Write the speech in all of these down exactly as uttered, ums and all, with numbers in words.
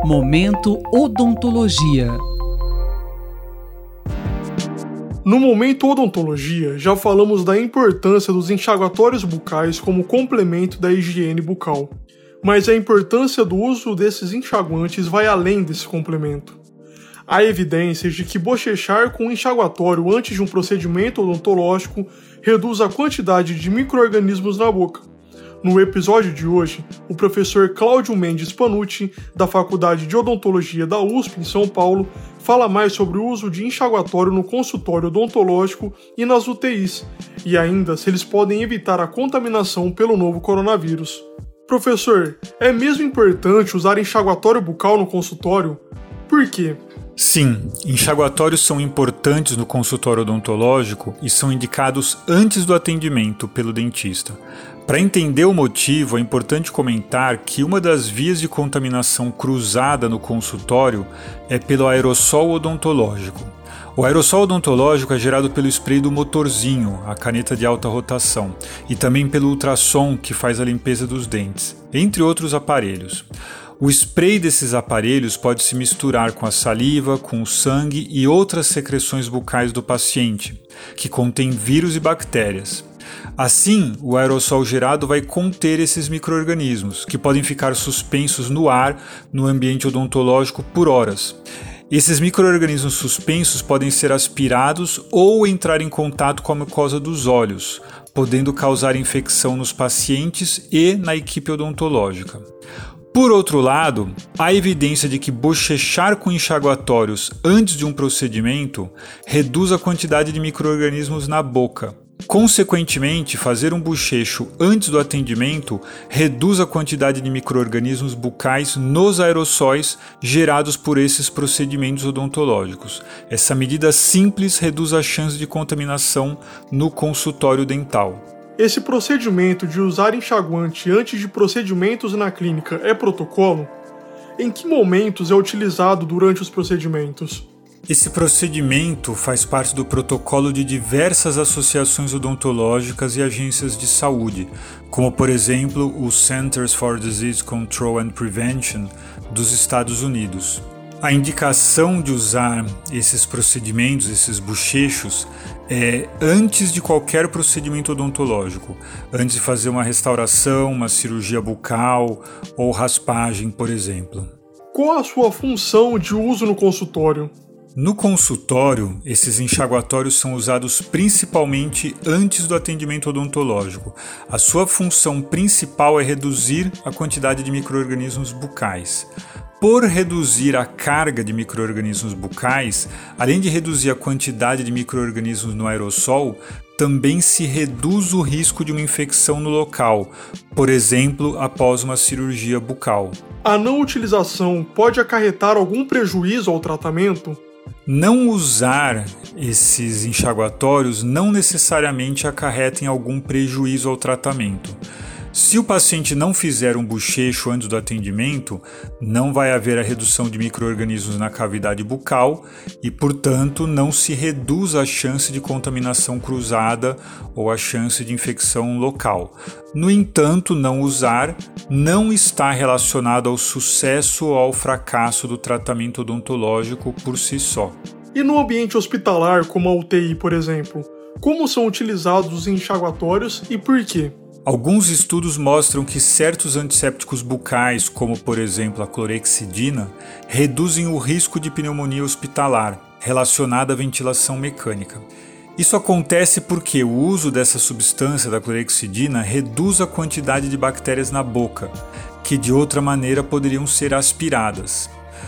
Momento Odontologia. No Momento Odontologia, já falamos da importância dos enxaguatórios bucais como complemento da higiene bucal. Mas a importância do uso desses enxaguantes vai além desse complemento. Há evidências de que bochechar com enxaguatório antes de um procedimento odontológico reduz a quantidade de micro-organismos na boca. No episódio de hoje, o professor Cláudio Mendes Panucci, da Faculdade de Odontologia da U S P em São Paulo, fala mais sobre o uso de enxaguatório no consultório odontológico e nas U T Is, e ainda se eles podem evitar a contaminação pelo novo coronavírus. Professor, é mesmo importante usar enxaguatório bucal no consultório? Por quê? Sim, enxaguatórios são importantes no consultório odontológico e são indicados antes do atendimento pelo dentista. Para entender o motivo, é importante comentar que uma das vias de contaminação cruzada no consultório é pelo aerossol odontológico. O aerossol odontológico é gerado pelo spray do motorzinho, a caneta de alta rotação, e também pelo ultrassom, que faz a limpeza dos dentes, entre outros aparelhos. O spray desses aparelhos pode se misturar com a saliva, com o sangue e outras secreções bucais do paciente, que contêm vírus e bactérias. Assim, o aerossol gerado vai conter esses micro-organismos, que podem ficar suspensos no ar no ambiente odontológico por horas. Esses micro-organismos suspensos podem ser aspirados ou entrar em contato com a mucosa dos olhos, podendo causar infecção nos pacientes e na equipe odontológica. Por outro lado, há evidência de que bochechar com enxaguatórios antes de um procedimento reduz a quantidade de micro-organismos na boca. Consequentemente, fazer um bochecho antes do atendimento reduz a quantidade de micro-organismos bucais nos aerossóis gerados por esses procedimentos odontológicos. Essa medida simples reduz a chance de contaminação no consultório dental. Esse procedimento de usar enxaguante antes de procedimentos na clínica é protocolo? Em que momentos é utilizado durante os procedimentos? Esse procedimento faz parte do protocolo de diversas associações odontológicas e agências de saúde, como por exemplo o Centers for Disease Control and Prevention dos Estados Unidos. A indicação de usar esses procedimentos, esses bochechos, é antes de qualquer procedimento odontológico, antes de fazer uma restauração, uma cirurgia bucal ou raspagem, por exemplo. Qual a sua função de uso no consultório? No consultório, esses enxaguatórios são usados principalmente antes do atendimento odontológico. A sua função principal é reduzir a quantidade de micro-organismos bucais. Por reduzir a carga de micro-organismos bucais, além de reduzir a quantidade de micro-organismos no aerossol, também se reduz o risco de uma infecção no local, por exemplo, após uma cirurgia bucal. A não utilização pode acarretar algum prejuízo ao tratamento? Não usar esses enxaguatórios não necessariamente acarreta em algum prejuízo ao tratamento. Se o paciente não fizer um bochecho antes do atendimento, não vai haver a redução de micro-organismos na cavidade bucal e, portanto, não se reduz a chance de contaminação cruzada ou a chance de infecção local. No entanto, não usar não está relacionado ao sucesso ou ao fracasso do tratamento odontológico por si só. E no ambiente hospitalar, como a U T I, por exemplo, como são utilizados os enxaguatórios e por quê? Alguns estudos mostram que certos antissépticos bucais, como por exemplo a clorexidina, reduzem o risco de pneumonia hospitalar relacionada à ventilação mecânica. Isso acontece porque o uso dessa substância da clorexidina reduz a quantidade de bactérias na boca, que de outra maneira poderiam ser aspiradas.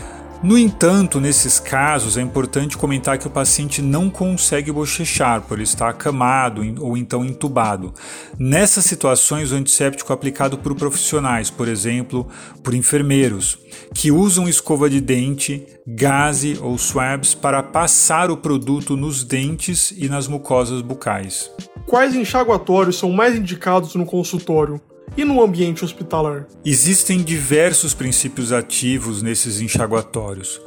No entanto, nesses casos, é importante comentar que o paciente não consegue bochechar por ele estar acamado ou então entubado. Nessas situações, o antisséptico é aplicado por profissionais, por exemplo, por enfermeiros, que usam escova de dente, gaze ou swabs para passar o produto nos dentes e nas mucosas bucais. Quais enxaguatórios são mais indicados no consultório? E no ambiente hospitalar? Existem diversos princípios ativos nesses enxaguatórios.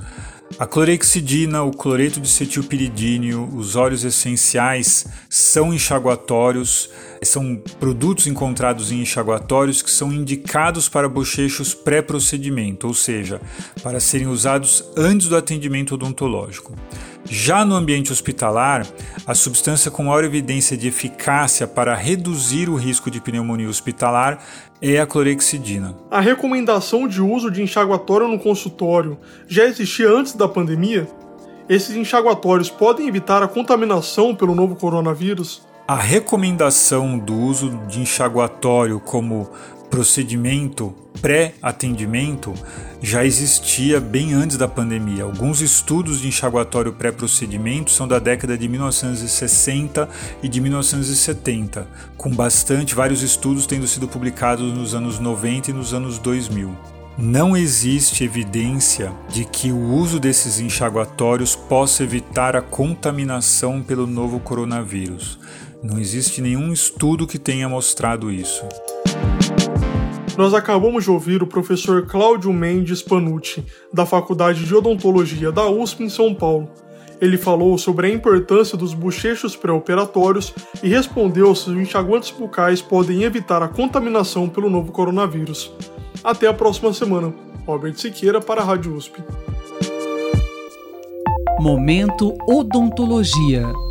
A clorexidina, o cloreto de cetilpiridínio, os óleos essenciais são enxaguatórios, são produtos encontrados em enxaguatórios que são indicados para bochechos pré-procedimento, ou seja, para serem usados antes do atendimento odontológico. Já no ambiente hospitalar, a substância com maior evidência de eficácia para reduzir o risco de pneumonia hospitalar é a clorexidina. A recomendação de uso de enxaguatório no consultório já existia antes da pandemia? Esses enxaguatórios podem evitar a contaminação pelo novo coronavírus? A recomendação do uso de enxaguatório como procedimento pré-atendimento já existia bem antes da pandemia. Alguns estudos de enxaguatório pré-procedimento são da década de mil novecentos e sessenta e de mil novecentos e setenta, com bastante, vários estudos tendo sido publicados nos anos noventa e nos anos dois mil. Não existe evidência de que o uso desses enxaguatórios possa evitar a contaminação pelo novo coronavírus. Não existe nenhum estudo que tenha mostrado isso. Nós acabamos de ouvir o professor Cláudio Mendes Panucci, da Faculdade de Odontologia da U S P em São Paulo. Ele falou sobre a importância dos bochechos pré-operatórios e respondeu se os enxaguantes bucais podem evitar a contaminação pelo novo coronavírus. Até a próxima semana. Robert Siqueira para a Rádio U S P. Momento Odontologia.